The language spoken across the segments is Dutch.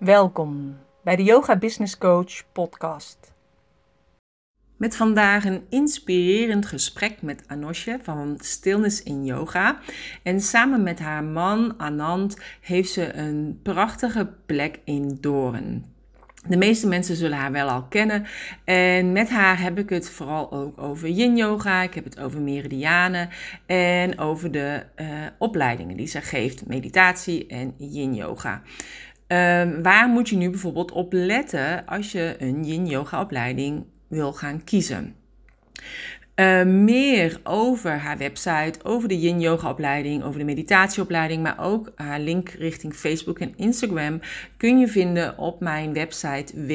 Welkom bij de Yoga Business Coach podcast. Met vandaag een inspirerend gesprek met Anosje van Stillness in Yoga. En samen met haar man Anand heeft ze een prachtige plek in Doorn. De meeste mensen zullen haar wel al kennen. En met haar heb ik het vooral ook over yin yoga. Ik heb het over meridianen en over de opleidingen die ze geeft. Meditatie en yin yoga. Waar moet je nu bijvoorbeeld op letten als je een yin yoga opleiding wil gaan kiezen? Meer over haar website, over de yin yoga opleiding, over de meditatieopleiding, maar ook haar link richting Facebook en Instagram kun je vinden op mijn website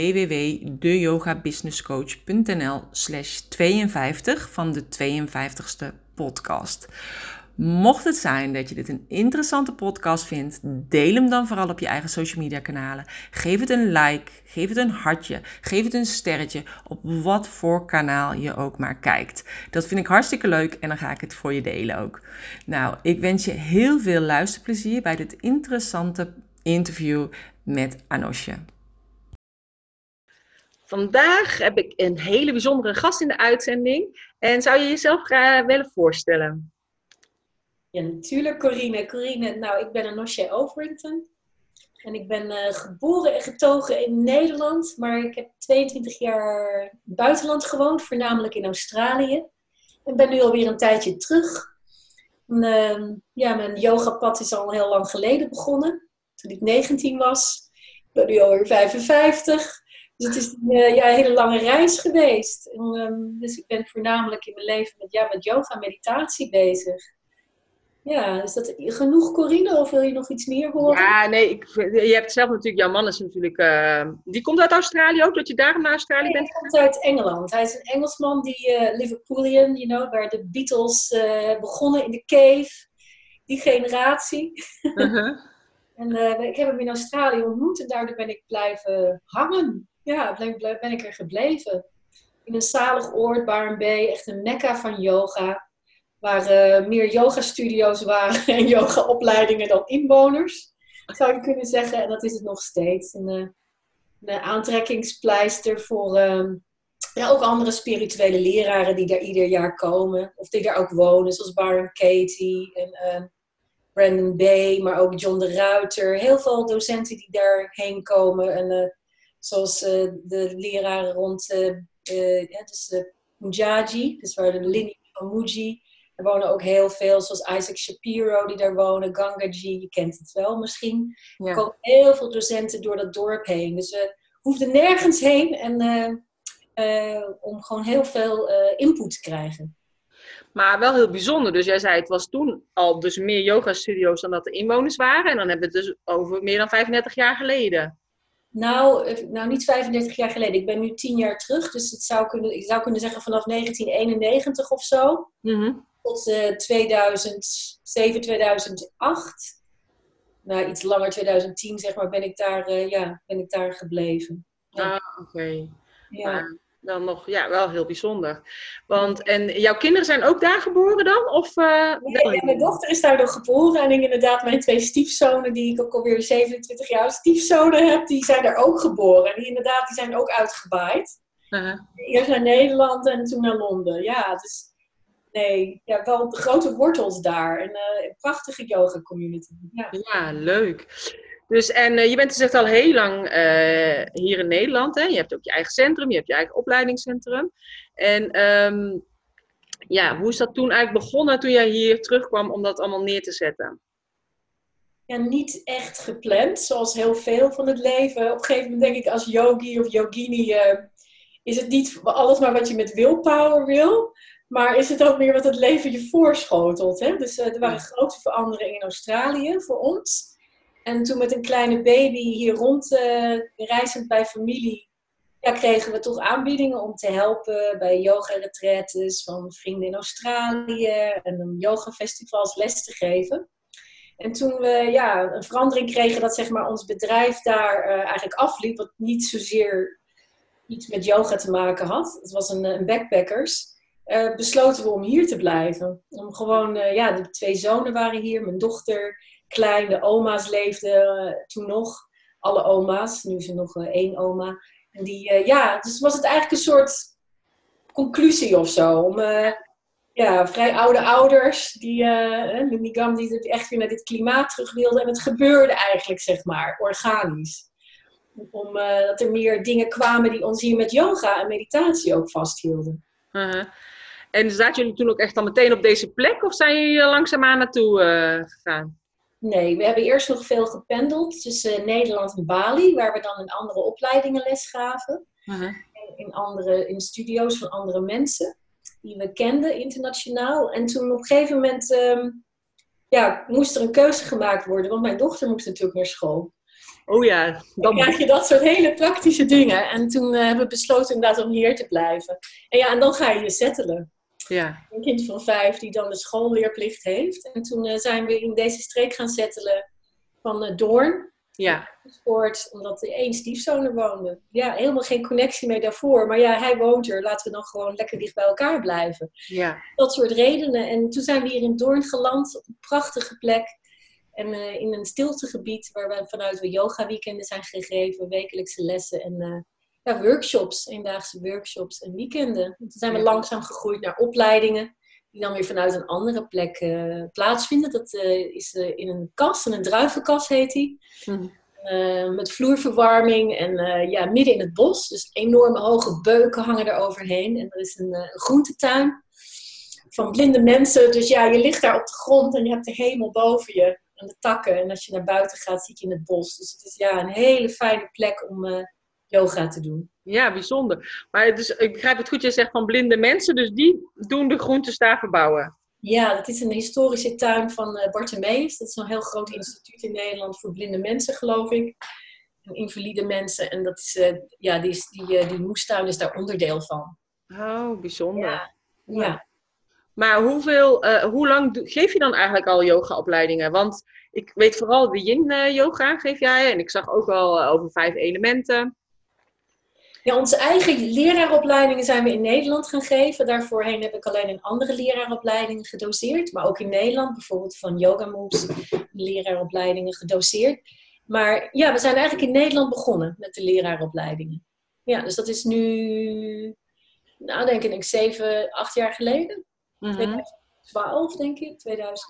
www.deyogabusinesscoach.nl/52 van de 52ste podcast. Mocht het zijn dat je dit een interessante podcast vindt, deel hem dan vooral op je eigen social media kanalen. Geef het een like, geef het een hartje, geef het een sterretje op wat voor kanaal je ook maar kijkt. Dat vind ik hartstikke leuk en dan ga ik het voor je delen ook. Nou, ik wens je heel veel luisterplezier bij dit interessante interview met Anosje. Vandaag heb ik een hele bijzondere gast in de uitzending. En zou je jezelf graag willen voorstellen? Ja, natuurlijk Corine. Nou, ik ben Anosje Overington. En ik ben geboren en getogen in Nederland. Maar ik heb 22 jaar in het buitenland gewoond, voornamelijk in Australië. En ben nu alweer een tijdje terug. Mijn yogapad is al heel lang geleden begonnen. Toen ik 19 was. Ik ben nu alweer 55. Dus het is een hele lange reis geweest. Dus ik ben voornamelijk in mijn leven met yoga en meditatie bezig. Ja, is dat genoeg, Corine? Of wil je nog iets meer horen? Ja, nee, je hebt zelf natuurlijk, jouw man is natuurlijk, die komt uit Australië ook, dat je daarom naar Australië bent? Hij komt uit Engeland. Hij is een Engelsman, Liverpoolian, waar de Beatles begonnen in de cave. Die generatie. Uh-huh. En ik heb hem in Australië ontmoet en daardoor ben ik blijven hangen. Ja, ben ik er gebleven. In een zalig oord, Byron Bay, echt een mekka van yoga. Waar meer yoga-studio's waren en yoga-opleidingen dan inwoners, zou je kunnen zeggen. En dat is het nog steeds. Een aantrekkingspleister voor ook andere spirituele leraren die daar ieder jaar komen. Of die daar ook wonen, zoals Byron Katie en Brandon Bay, maar ook John de Ruiter. Heel veel docenten die daarheen komen. En zoals de leraren rond Mujaji, dus waar de linie van Muji. Er wonen ook heel veel, zoals Isaac Shapiro die daar wonen, Gangaji, je kent het wel misschien. Er komen heel veel docenten door dat dorp heen. Dus we hoefden nergens heen om gewoon heel veel input te krijgen. Maar wel heel bijzonder. Dus jij zei, het was toen al dus meer yoga-studio's dan dat er inwoners waren. En dan hebben we het dus over meer dan 35 jaar geleden. Nou, niet 35 jaar geleden. Ik ben nu 10 jaar terug. Dus ik zou kunnen zeggen vanaf 1991 of zo. Mm-hmm. Tot 2007, 2008. Nou, iets langer, 2010 zeg maar, ben ik daar gebleven. Ja. Ah, oké. Ja. Maar dan nog, wel heel bijzonder. En jouw kinderen zijn ook daar geboren dan? Of, Nee, mijn dochter is daar nog geboren. En inderdaad, mijn 2 stiefzonen, die ik ook alweer 27 jaar stiefzonen heb, die zijn daar ook geboren. En die zijn ook uitgebaaid. Uh-huh. Eerst naar Nederland en toen naar Londen. Ja, dus wel grote wortels daar. En een prachtige yoga community. Ja, leuk. Dus, en je bent dus echt al heel lang hier in Nederland. Hè? Je hebt ook je eigen centrum, je hebt je eigen opleidingscentrum. En hoe is dat toen eigenlijk begonnen toen jij hier terugkwam om dat allemaal neer te zetten? Ja, niet echt gepland, zoals heel veel van het leven. Op een gegeven moment denk ik als yogi of yogini is het niet alles maar wat je met willpower wil. Maar is het ook meer wat het leven je voorschotelt. Hè? Dus er waren grote veranderingen in Australië voor ons. En toen met een kleine baby hier rond reizend bij familie, kregen we toch aanbiedingen om te helpen bij yoga-retretes van vrienden in Australië en een yoga-festivals les te geven. En toen we een verandering kregen dat zeg maar ons bedrijf daar eigenlijk afliep, wat niet zozeer iets met yoga te maken had. Het was een backpackers. Besloten we om hier te blijven. Om gewoon, de 2 zonen waren hier, mijn dochter klein, de oma's leefden toen nog. alle oma's. Nu is er nog 1 oma. En dus was het eigenlijk een soort conclusie of zo. Om vrij oude ouders die echt weer naar dit klimaat terug wilden. En het gebeurde eigenlijk, zeg maar, organisch. Dat er meer dingen kwamen die ons hier met yoga en meditatie ook vasthielden. Uh-huh. En zaten jullie toen ook echt al meteen op deze plek? Of zijn jullie langzaamaan naartoe gegaan? Nee, we hebben eerst nog veel gependeld tussen Nederland en Bali. Waar we dan in andere opleidingen les gaven. Uh-huh. In studio's van andere mensen. Die we kenden internationaal. En toen op een gegeven moment moest er een keuze gemaakt worden. Want mijn dochter moest natuurlijk naar school. Oh ja. Dan krijg je dat soort hele praktische dingen. En toen hebben we besloten inderdaad om hier te blijven. En dan ga je je settelen. Ja. Een kind van 5 die dan de schoolleerplicht heeft. En toen zijn we in deze streek gaan settelen van Doorn. Ja. Omdat er 1 stiefzoon er woonde. Ja, helemaal geen connectie mee daarvoor. Maar ja, hij woont er. Laten we dan gewoon lekker dicht bij elkaar blijven. Ja. Dat soort redenen. En toen zijn we hier in Doorn geland. Op een prachtige plek. En in een stiltegebied vanuit we yoga weekenden zijn gegeven. Wekelijkse lessen en workshops. Eendaagse workshops en weekenden. En toen zijn we langzaam gegroeid naar opleidingen. Die dan weer vanuit een andere plek plaatsvinden. Dat is in een kas. Een druivenkas heet die. Met vloerverwarming en midden in het bos. Dus enorme hoge beuken hangen er overheen. En er is een groentetuin van blinde mensen. Dus ja, je ligt daar op de grond en je hebt de hemel boven je. En de takken. En als je naar buiten gaat, zit je in het bos. Dus het is een hele fijne plek om yoga te doen. Ja, bijzonder. Maar dus, ik begrijp het goed, je zegt van blinde mensen. Dus die doen de groentes daar verbouwen. Ja, dat is een historische tuin van Bartemeus. Dat is een heel groot instituut in Nederland voor blinde mensen, geloof ik. En invalide mensen. En dat is, die moestuin is daar onderdeel van. Oh, bijzonder. Ja. Maar hoe lang geef je dan eigenlijk al yogaopleidingen? Want ik weet vooral de yin yoga geef jij. En ik zag ook al over 5 elementen. Ja, onze eigen leraaropleidingen zijn we in Nederland gaan geven. Daarvoorheen heb ik alleen in andere leraaropleidingen gedoseerd. Maar ook in Nederland, bijvoorbeeld van Yoga Moves, leraaropleidingen gedoseerd. Maar ja, we zijn eigenlijk in Nederland begonnen met de leraaropleidingen. Ja, dus dat is nu, denk ik 7, 8 jaar geleden. 2012, denk ik.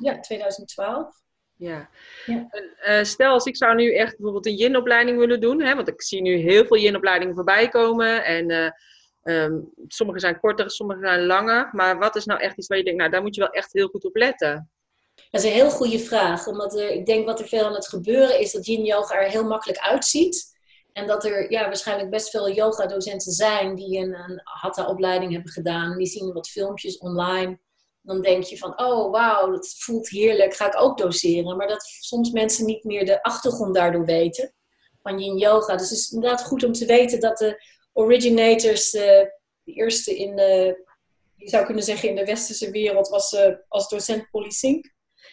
2012. Ja. Stel, als ik zou nu echt bijvoorbeeld een yin-opleiding willen doen, hè, want ik zie nu heel veel yin-opleidingen voorbij komen en sommige zijn korter, sommige zijn langer, maar wat is nou echt iets waar je denkt, nou daar moet je wel echt heel goed op letten? Dat is een heel goede vraag, omdat ik denk wat er veel aan het gebeuren is dat yin-yoga er heel makkelijk uitziet. En dat er waarschijnlijk best veel yoga-docenten zijn die een hatha-opleiding hebben gedaan. Die zien wat filmpjes online. Dan denk je van, oh wauw, dat voelt heerlijk, ga ik ook doseren. Maar dat soms mensen niet meer de achtergrond daardoor weten van yin yoga. Dus het is inderdaad goed om te weten dat de originators, de eerste je zou kunnen zeggen in de westerse wereld, was als docent Polly Sink.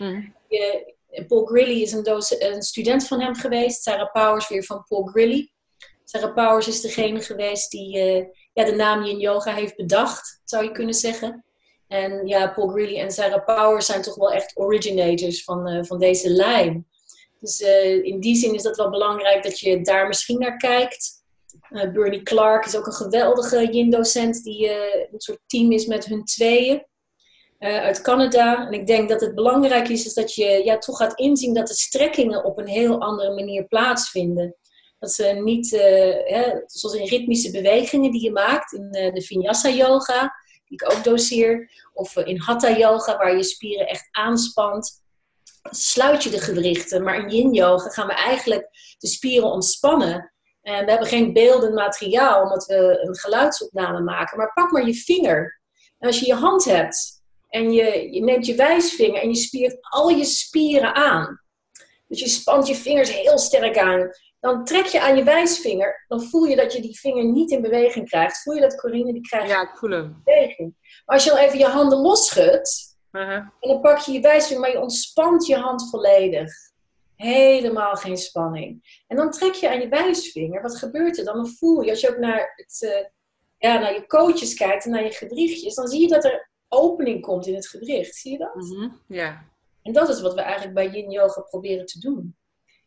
Paul Grilly is een student van hem geweest. Sarah Powers weer van Paul Grilly. Sarah Powers is degene geweest die de naam yin yoga heeft bedacht, zou je kunnen zeggen. En ja, Paul Grilly en Sarah Powers zijn toch wel echt originators van deze lijn. Dus in die zin is dat wel belangrijk dat je daar misschien naar kijkt. Bernie Clark is ook een geweldige yin-docent die een soort team is met hun tweeën uit Canada. En ik denk dat het belangrijk is dat je toch gaat inzien dat de strekkingen op een heel andere manier plaatsvinden. Dat ze niet, zoals in ritmische bewegingen die je maakt in de Vinyasa yoga, die ik ook doseer, of in Hatha yoga, waar je spieren echt aanspant, sluit je de gewrichten. Maar in yin yoga gaan we eigenlijk de spieren ontspannen. En we hebben geen beeldend materiaal, omdat we een geluidsopname maken. Maar pak maar je vinger. En als je je hand hebt, en je neemt je wijsvinger en je spiert al je spieren aan. Dus je spant je vingers heel sterk aan. Dan trek je aan je wijsvinger. Dan voel je dat je die vinger niet in beweging krijgt. Voel je dat, Corine? Die krijgt ja, ik voel hem. In beweging. Maar als je dan even je handen losschudt. En dan pak je je wijsvinger, maar je ontspant je hand volledig. Helemaal geen spanning. En dan trek je aan je wijsvinger. Wat gebeurt er dan? Dan voel je, als je ook naar je kootjes kijkt en naar je gewrichtjes, dan zie je dat er opening komt in het gewricht. Zie je dat? Ja. En dat is wat we eigenlijk bij yin yoga proberen te doen.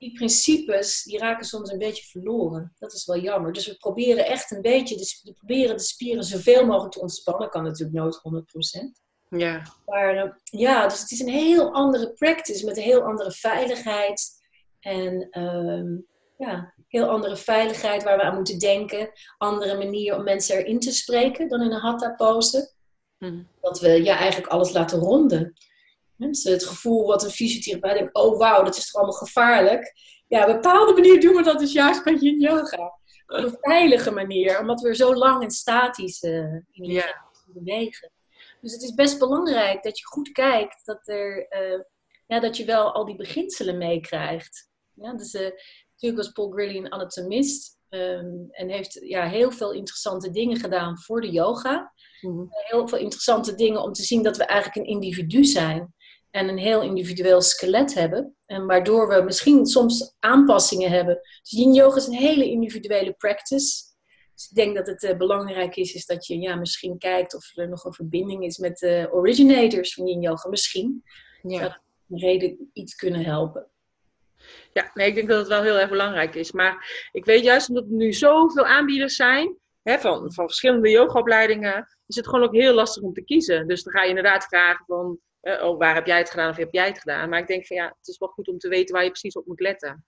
die principes, die raken soms een beetje verloren. Dat is wel jammer. Dus we proberen echt een beetje, de spieren zoveel mogelijk te ontspannen. Kan natuurlijk nooit 100%. Ja. Maar dus het is een heel andere practice met een heel andere veiligheid. En heel andere veiligheid waar we aan moeten denken. Andere manier om mensen erin te spreken dan in een hatha-pose. Dat we eigenlijk alles laten ronden. Dus het gevoel wat een fysiotherapeut denkt, oh wauw, dat is toch allemaal gevaarlijk. Ja, op een bepaalde manier doen we dat dus juist bij yin yoga. Op een veilige manier, omdat we er zo lang en statisch in bewegen. Dus het is best belangrijk dat je goed kijkt dat je wel al die beginselen meekrijgt. Ja, dus natuurlijk was Paul Grilly een anatomist en heeft heel veel interessante dingen gedaan voor de yoga. Heel veel interessante dingen om te zien dat we eigenlijk een individu zijn en een heel individueel skelet hebben. En waardoor we misschien soms aanpassingen hebben. Dus yin yoga is een hele individuele practice. Dus ik denk dat het belangrijk is dat je misschien kijkt of er nog een verbinding is met de originators van yin yoga. Misschien zou dat een reden iets kunnen helpen. Ja, nee, ik denk dat het wel heel erg belangrijk is. Maar ik weet juist omdat er nu zoveel aanbieders zijn, van verschillende yogaopleidingen, is het gewoon ook heel lastig om te kiezen. Dus dan ga je inderdaad vragen van, waar heb jij het gedaan of heb jij het gedaan? Maar ik denk van het is wel goed om te weten waar je precies op moet letten.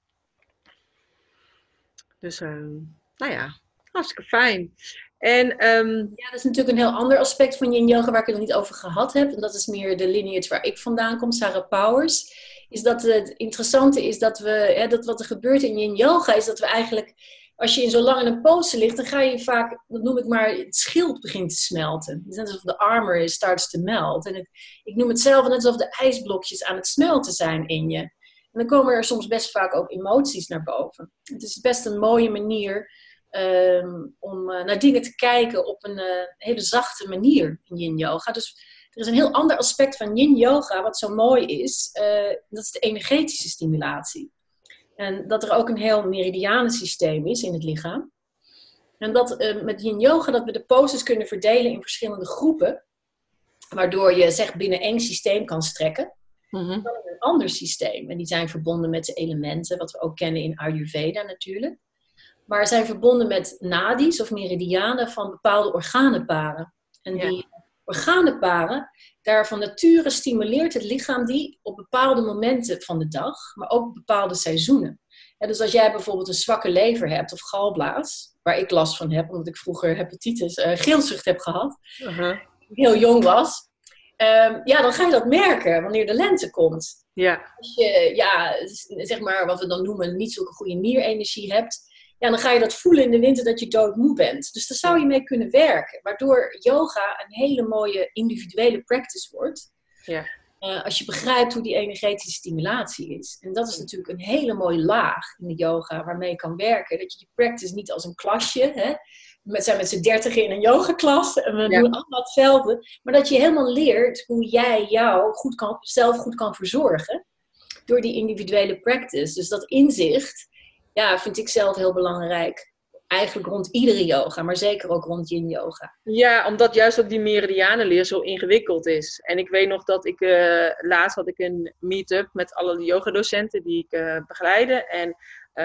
Dus, hartstikke fijn. En, dat is natuurlijk een heel ander aspect van yin yoga waar ik het nog niet over gehad heb. En dat is meer de lineage waar ik vandaan kom, Sarah Powers. Is dat het interessante is dat dat wat er gebeurt in yin yoga is dat we eigenlijk, als je zo lang in een pose ligt, dan ga je vaak, dat noem ik maar, het schild begint te smelten. Het is net alsof de armor starts to melt. En ik noem het zelf net alsof de ijsblokjes aan het smelten zijn in je. En dan komen er soms best vaak ook emoties naar boven. Het is best een mooie manier om naar dingen te kijken op een hele zachte manier in yin yoga. Dus er is een heel ander aspect van yin yoga wat zo mooi is. Dat is de energetische stimulatie. En dat er ook een heel meridianensysteem is in het lichaam. En dat met yin yoga dat we de poses kunnen verdelen in verschillende groepen. Waardoor je binnen één systeem kan strekken. Dan in een ander systeem. En die zijn verbonden met de elementen, wat we ook kennen in Ayurveda natuurlijk. Maar zijn verbonden met nadis of meridianen van bepaalde organenparen. En die organenparen, daar van nature stimuleert het lichaam die op bepaalde momenten van de dag, maar ook bepaalde seizoenen. Ja, dus als jij bijvoorbeeld een zwakke lever hebt of galblaas, waar ik last van heb, omdat ik vroeger hepatitis, geelzucht heb gehad, heel jong was, dan ga je dat merken wanneer de lente komt. Ja. Als je, wat we dan noemen, niet zulke goede nierenergie hebt, dan ga je dat voelen in de winter dat je doodmoe bent. Dus daar zou je mee kunnen werken. Waardoor yoga een hele mooie individuele practice wordt. Ja. Als je begrijpt hoe die energetische stimulatie is. En dat is natuurlijk een hele mooie laag in de yoga waarmee je kan werken. Dat je die practice niet als een klasje, we zijn met z'n 30 in een yogaklas en we doen allemaal hetzelfde. Maar dat je helemaal leert hoe jij zelf goed kan verzorgen. Door die individuele practice. Dus dat inzicht, vind ik zelf heel belangrijk. Eigenlijk rond iedere yoga, maar zeker ook rond yin yoga. Ja, omdat juist ook die meridianenleer zo ingewikkeld is. En ik weet nog dat ik laatst had ik een meet-up met alle yogadocenten die ik begeleide. En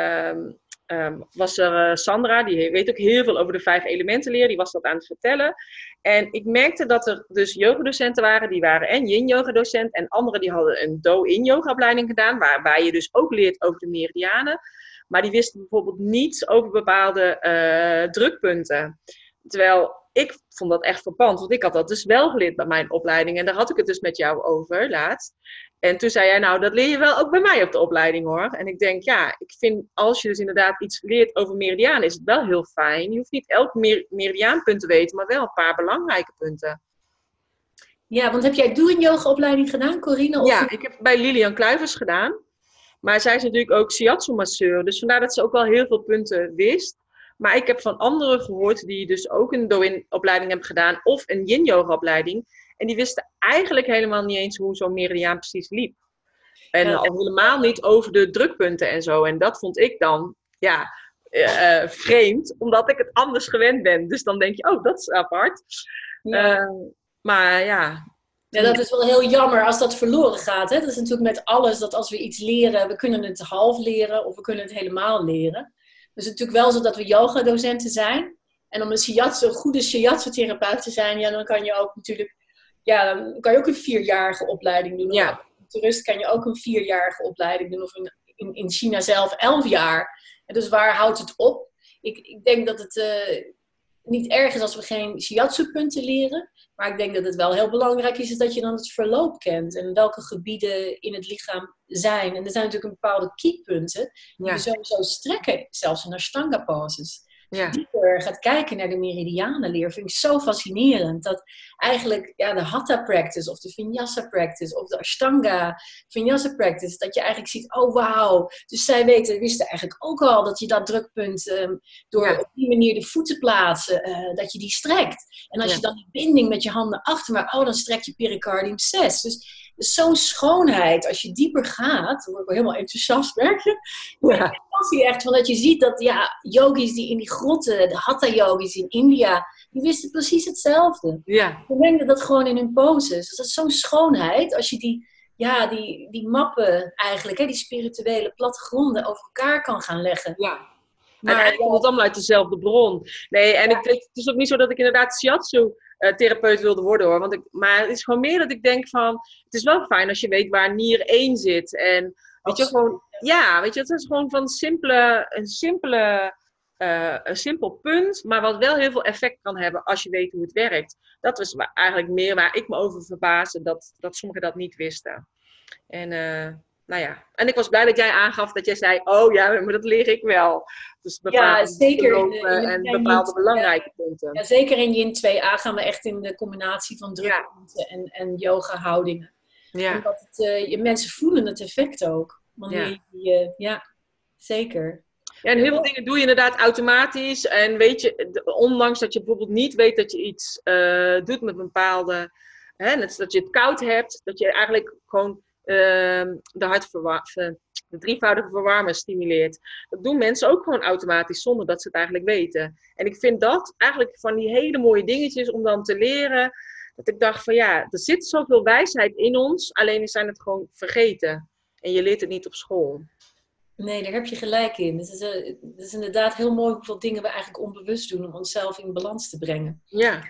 was er Sandra, die weet ook heel veel over de 5 elementenleer. Die was dat aan het vertellen. En ik merkte dat er dus yogadocenten waren. Die waren en yin yoga docent. En anderen die hadden een do-in yoga opleiding gedaan. Waarbij je dus ook leert over de meridianen. Maar die wisten bijvoorbeeld niets over bepaalde drukpunten. Terwijl ik vond dat echt verpand. Want ik had dat dus wel geleerd bij mijn opleiding. En daar had ik het dus met jou over laatst. En toen zei jij, nou, dat leer je wel ook bij mij op de opleiding, hoor. En ik denk, ik vind, als je dus inderdaad iets leert over meridianen, is het wel heel fijn. Je hoeft niet elk meridiaanpunt te weten, maar wel een paar belangrijke punten. Ja, want heb jij doe-in-yoga-opleiding gedaan, Corine? Ja, ik heb bij Lilian Kluivers gedaan. Maar zij is natuurlijk ook shiatsu-masseur. Dus vandaar dat ze ook wel heel veel punten wist. Maar ik heb van anderen gehoord die dus ook een do-in-opleiding hebben gedaan. Of een yin-yoga-opleiding. En die wisten eigenlijk helemaal niet eens hoe zo'n meridiaan precies liep. En al helemaal niet over de drukpunten en zo. En dat vond ik dan, vreemd. Omdat ik het anders gewend ben. Dus dan denk je, oh, dat is apart. Maar ja, Ja, dat is wel heel jammer als dat verloren gaat. Hè? Dat is natuurlijk met alles, dat als we iets leren, we kunnen het half leren of we kunnen het helemaal leren. Dus het is natuurlijk wel zo dat we yoga-docenten zijn. En om een goede shiatsu-therapeut te zijn, ja, dan kan je ook natuurlijk, ja, dan kan je ook een 4-jarige opleiding doen. Ja. Of toerist kan je ook een 4-jarige opleiding doen. Of in China zelf 11 jaar. En dus waar houdt het op? Ik denk dat het niet erg is als we geen shiatsu-punten leren. Maar ik denk dat het wel heel belangrijk is dat je dan het verloop kent. En welke gebieden in het lichaam zijn. En er zijn natuurlijk een bepaalde keypunten die we sowieso strekken. Zelfs in Ashtanga poses. Als je dieper gaat kijken naar de meridianenleer, vind ik zo fascinerend. Dat eigenlijk de Hatha practice of de Vinyasa practice of de Ashtanga Vinyasa practice, dat je eigenlijk ziet, oh wauw. Dus zij wisten eigenlijk ook al dat je dat drukpunt door op die manier de voeten te plaatsen, dat je die strekt. En als je dan die binding met je handen achter maakt, dan strek je pericardium 6. Dus zo'n schoonheid, als je dieper gaat, dan word ik wel helemaal enthousiast, merk je? Ja. Dan zie je echt van dat je ziet dat yogis die in die grotten, de Hatha-yogis in India, die wisten precies hetzelfde. Ja. Die mengden dat gewoon in hun poses. Dus dat is zo'n schoonheid, als je die mappen eigenlijk, die spirituele plattegronden over elkaar kan gaan leggen. Ja. Maar uiteindelijk komt het allemaal uit dezelfde bron. Nee, en het is ook niet zo dat ik inderdaad shiatsu-therapeut wilde worden, hoor. Maar het is gewoon meer dat ik denk van, het is wel fijn als je weet waar nier 1 zit. En weet je, gewoon, het is gewoon van een simpel punt, maar wat wel heel veel effect kan hebben als je weet hoe het werkt. Dat was eigenlijk meer waar ik me over verbaasde, dat sommigen dat niet wisten. En en ik was blij dat jij aangaf dat jij zei, oh ja, maar dat leer ik wel. Dus bepaalde zeker en bepaalde belangrijke punten. Ja, zeker in Yin 2a gaan we echt in de combinatie van drukpunten en yoga houdingen. Ja. Omdat mensen voelen het effect ook. Wanneer zeker. Ja, en heel veel dingen doe je inderdaad automatisch. En weet je, ondanks dat je bijvoorbeeld niet weet dat je iets doet met een bepaalde, net dat je het koud hebt, dat je eigenlijk gewoon de drievoudige verwarmer stimuleert. Dat doen mensen ook gewoon automatisch zonder dat ze het eigenlijk weten. En ik vind dat eigenlijk van die hele mooie dingetjes om dan te leren, dat ik dacht van er zit zoveel wijsheid in ons, alleen we zijn het gewoon vergeten. En je leert het niet op school. Nee, daar heb je gelijk in. Het is inderdaad heel mooi hoeveel dingen we eigenlijk onbewust doen om onszelf in balans te brengen. Ja.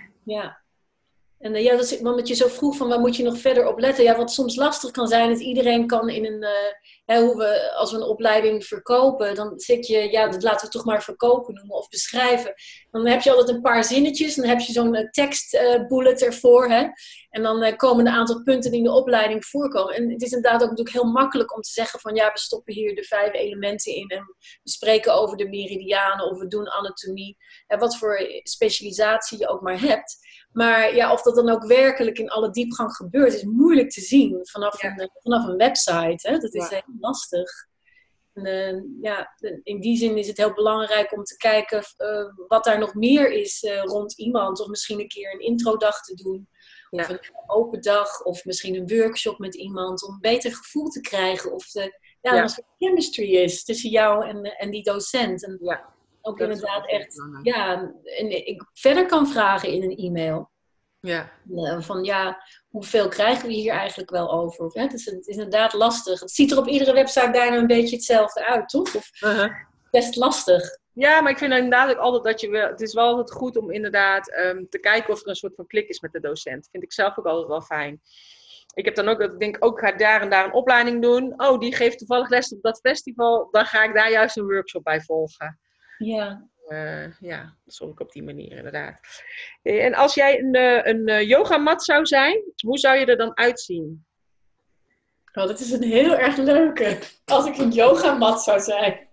En omdat je zo vroeg van waar moet je nog verder op letten. Ja, wat soms lastig kan zijn, is iedereen kan in een... als we een opleiding verkopen, dan zit je... dat laten we toch maar verkopen noemen of beschrijven. Dan heb je altijd een paar zinnetjes. En dan heb je zo'n tekstbullet ervoor. Hè? En dan komen een aantal punten die in de opleiding voorkomen. En het is inderdaad ook natuurlijk heel makkelijk om te zeggen van... we stoppen hier de 5 elementen in. En we spreken over de meridianen of we doen anatomie. Wat voor specialisatie je ook maar hebt. Maar of dat dan ook werkelijk in alle diepgang gebeurt, is moeilijk te zien vanaf een website. Hè? Dat is heel lastig. En, in die zin is het heel belangrijk om te kijken wat daar nog meer is rond iemand. Of misschien een keer een introdag te doen. Of een open dag. Of misschien een workshop met iemand. Om een beter gevoel te krijgen. Of als er chemistry is tussen jou en die docent. En, ook dat inderdaad echt, en ik verder kan vragen in een e-mail. Ja. Van hoeveel krijgen we hier eigenlijk wel over? Of, het is inderdaad lastig. Het ziet er op iedere website bijna een beetje hetzelfde uit, toch? Of best lastig. Ja, maar ik vind inderdaad ook altijd dat het is wel altijd goed om inderdaad te kijken of er een soort van klik is met de docent. Vind ik zelf ook altijd wel fijn. Ik heb dan ook dat ik denk, ik ga daar en daar een opleiding doen. Oh, die geeft toevallig les op dat festival. Dan ga ik daar juist een workshop bij volgen. Ja. Dat is ook op die manier inderdaad. En als jij een yogamat zou zijn, hoe zou je er dan uitzien? Oh, dat is een heel erg leuke. Als ik een yogamat zou zijn.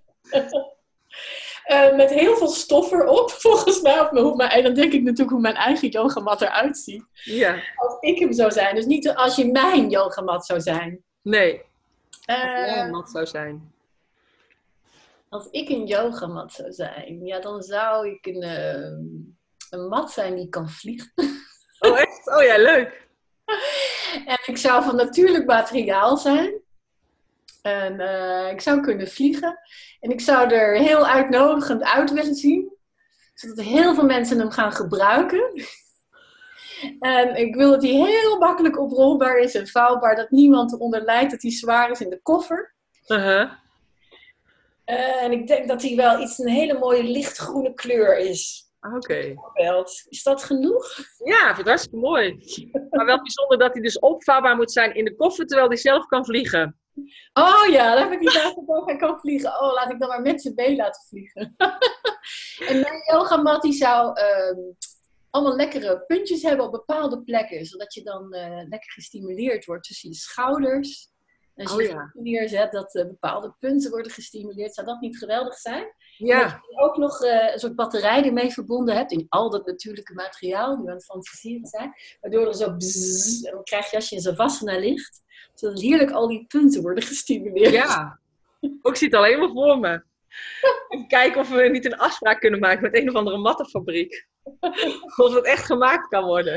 Met heel veel stof erop, volgens mij. En dan denk ik natuurlijk hoe mijn eigen yogamat eruit ziet. Ja. Als ik hem zou zijn. Dus niet als je mijn yogamat zou zijn. Nee. Als jij een mat zou zijn. Als ik een yogamat zou zijn, dan zou ik een mat zijn die kan vliegen. Oh, echt? Oh ja, leuk. En ik zou van natuurlijk materiaal zijn. En ik zou kunnen vliegen. En ik zou er heel uitnodigend uit willen zien. Zodat heel veel mensen hem gaan gebruiken. Ik wil dat hij heel makkelijk oprolbaar is en vouwbaar. Dat niemand eronder lijdt dat hij zwaar is in de koffer. Uh-huh. En ik denk dat hij wel een hele mooie lichtgroene kleur is. Oké. Is dat genoeg? Ja, ik vind het hartstikke mooi. Maar wel bijzonder dat hij dus opvouwbaar moet zijn in de koffer, terwijl hij zelf kan vliegen. Oh ja, daar heb ik niet aan hij kan vliegen. Oh, laat ik dan maar met zijn been laten vliegen. En mijn yogamat die zou allemaal lekkere puntjes hebben op bepaalde plekken. Zodat je dan lekker gestimuleerd wordt tussen je schouders. En als je je voeten neerzet, dat bepaalde punten worden gestimuleerd. Zou dat niet geweldig zijn? Ja. En dat je ook nog een soort batterij ermee verbonden hebt. In al dat natuurlijke materiaal, die we aan het fantaseren zijn. Waardoor er zo bzzz, en dan krijg je als je in Savasana ligt. Zodat heerlijk al die punten worden gestimuleerd. Ja. Ik zie het al helemaal voor me. Even kijken of we niet een afspraak kunnen maken met een of andere mattenfabriek. Of het echt gemaakt kan worden.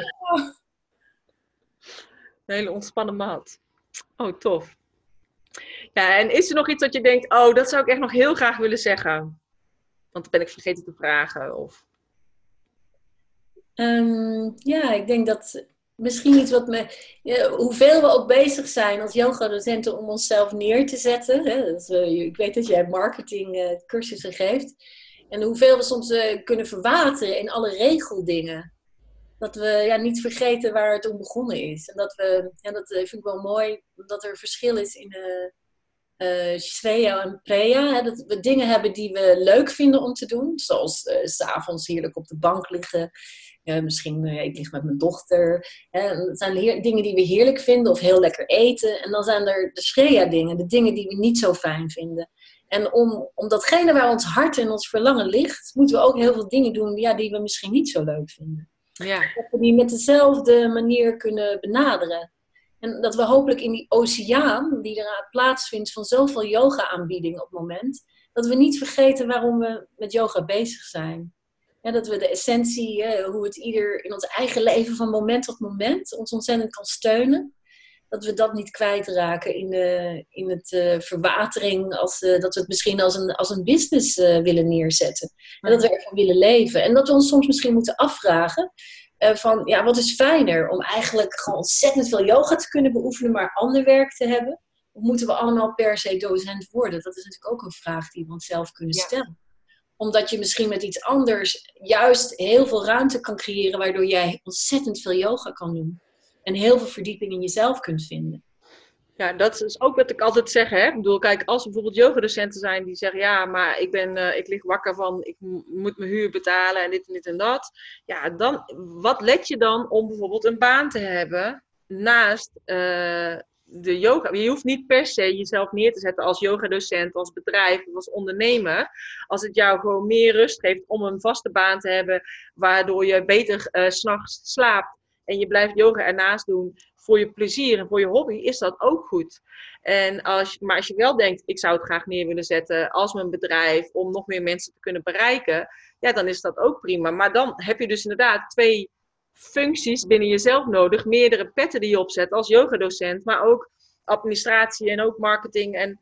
Een hele ontspannen mat. Oh, tof. Ja, en is er nog iets dat je denkt, oh, dat zou ik echt nog heel graag willen zeggen? Want dat ben ik vergeten te vragen. Of... Ja, ik denk dat misschien iets hoeveel we ook bezig zijn als yogadocenten om onszelf neer te zetten. Hè? Ik weet dat jij marketing cursussen geeft. En hoeveel we soms kunnen verwateren in alle regeldingen. Dat we niet vergeten waar het om begonnen is. En dat vind ik wel mooi, dat er verschil is in Shreya en Preya. Hè, dat we dingen hebben die we leuk vinden om te doen. Zoals 's avonds heerlijk op de bank liggen. Misschien, ik lig met mijn dochter. Dat zijn dingen die we heerlijk vinden of heel lekker eten. En dan zijn er de Shreya dingen, de dingen die we niet zo fijn vinden. En om datgene waar ons hart en ons verlangen ligt, moeten we ook heel veel dingen doen die we misschien niet zo leuk vinden. Ja. Dat we die met dezelfde manier kunnen benaderen. En dat we hopelijk in die oceaan die er plaatsvindt van zoveel yoga-aanbiedingen op het moment, dat we niet vergeten waarom we met yoga bezig zijn. Ja, dat we de essentie, hoe het ieder in ons eigen leven van moment tot moment ons ontzettend kan steunen. Dat we dat niet kwijtraken in het verwatering, dat we het misschien als een business willen neerzetten. En dat we ervan willen leven. En dat we ons soms misschien moeten afvragen wat is fijner? Om eigenlijk gewoon ontzettend veel yoga te kunnen beoefenen, maar ander werk te hebben? Of moeten we allemaal per se docent worden? Dat is natuurlijk ook een vraag die we onszelf kunnen stellen. Omdat je misschien met iets anders juist heel veel ruimte kan creëren, waardoor jij ontzettend veel yoga kan doen. En heel veel verdieping in jezelf kunt vinden. Ja, dat is ook wat ik altijd zeg. Hè? Ik bedoel, kijk, als er bijvoorbeeld yogadocenten zijn die zeggen, ja, maar ik lig wakker van, ik moet mijn huur betalen en dit en dit en dat. Ja, dan, wat let je dan om bijvoorbeeld een baan te hebben naast de yoga? Je hoeft niet per se jezelf neer te zetten als yogadocent, als bedrijf of als ondernemer. Als het jou gewoon meer rust geeft om een vaste baan te hebben, waardoor je beter 's nachts slaapt en je blijft yoga ernaast doen voor je plezier en voor je hobby, is dat ook goed. Maar als je wel denkt, ik zou het graag neer willen zetten als mijn bedrijf, om nog meer mensen te kunnen bereiken, ja, dan is dat ook prima. Maar dan heb je dus inderdaad 2 functies binnen jezelf nodig, meerdere petten die je opzet als yogadocent, maar ook administratie en ook marketing en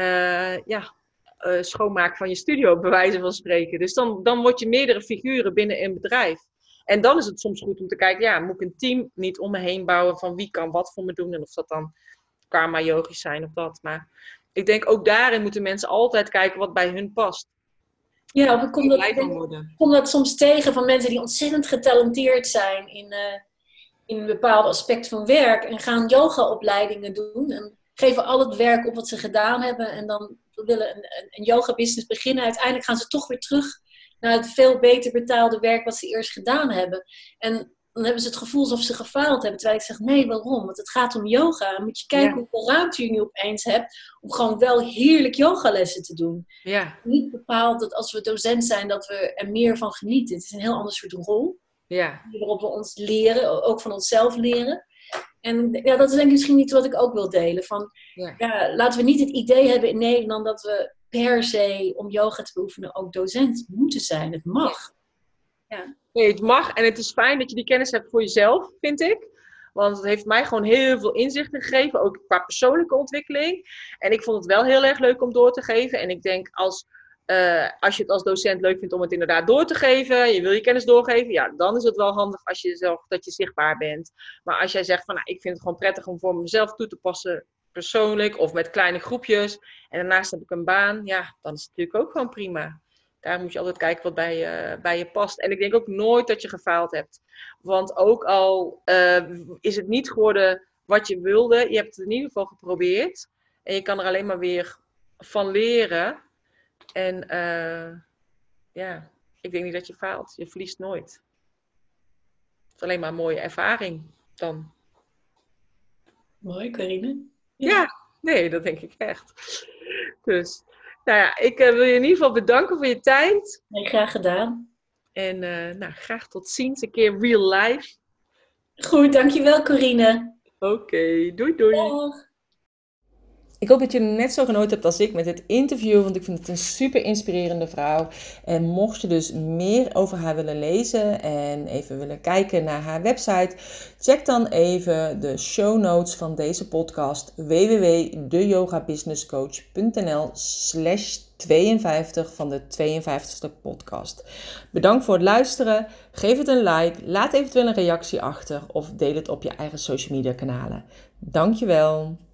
schoonmaak van je studio, bij wijze van spreken. Dus dan word je meerdere figuren binnen een bedrijf. En dan is het soms goed om te kijken, ja, moet ik een team niet om me heen bouwen van wie kan wat voor me doen en of dat dan karma yogisch zijn of dat. Maar ik denk ook daarin moeten mensen altijd kijken wat bij hun past. Ja, of ik kom dat soms tegen van mensen die ontzettend getalenteerd zijn in een bepaald aspect van werk en gaan yogaopleidingen doen en geven al het werk op wat ze gedaan hebben en dan willen een yoga business beginnen. Uiteindelijk gaan ze toch weer terug naar het veel beter betaalde werk wat ze eerst gedaan hebben. En dan hebben ze het gevoel alsof ze gefaald hebben. Terwijl ik zeg, nee, waarom? Want het gaat om yoga. Dan moet je kijken hoeveel ruimte je nu opeens hebt om gewoon wel heerlijk yogalessen te doen. Ja. Niet bepaald dat als we docent zijn, dat we er meer van genieten. Het is een heel ander soort rol. Ja. Waarop we ons leren, ook van onszelf leren. En ja, dat is denk ik misschien iets wat ik ook wil delen. Laten we niet het idee hebben in Nederland dat we per se om yoga te beoefenen ook docent moeten zijn. Het mag. Ja. Nee, het mag en het is fijn dat je die kennis hebt voor jezelf, vind ik. Want het heeft mij gewoon heel veel inzichten gegeven, ook qua persoonlijke ontwikkeling. En ik vond het wel heel erg leuk om door te geven. En ik denk als Als je het als docent leuk vindt om het inderdaad door te geven, je wil je kennis doorgeven, ja, dan is het wel handig als je zorgt dat je zichtbaar bent. Maar als jij zegt van, nou, ik vind het gewoon prettig om voor mezelf toe te passen, persoonlijk of met kleine groepjes, en daarnaast heb ik een baan, ja, dan is het natuurlijk ook gewoon prima. Daar moet je altijd kijken wat bij je past. En ik denk ook nooit dat je gefaald hebt. Want ook al is het niet geworden wat je wilde, je hebt het in ieder geval geprobeerd. En je kan er alleen maar weer van leren. En ja, ik denk niet dat je faalt. Je verliest nooit. Het is alleen maar een mooie ervaring dan. Mooi, Corine. Ja, nee, dat denk ik echt. Dus, nou ja, ik wil je in ieder geval bedanken voor je tijd. Nee, graag gedaan. En nou, graag tot ziens, een keer real life. Goed, dankjewel Corine. Oké, doei doei. Dag. Ik hoop dat je net zo genoten hebt als ik met dit interview, want ik vind het een super inspirerende vrouw. En mocht je dus meer over haar willen lezen en even willen kijken naar haar website, check dan even de show notes van deze podcast www.deyogabusinesscoach.nl/52 van de 52ste podcast. Bedankt voor het luisteren. Geef het een like, laat eventueel een reactie achter of deel het op je eigen social media kanalen. Dankjewel.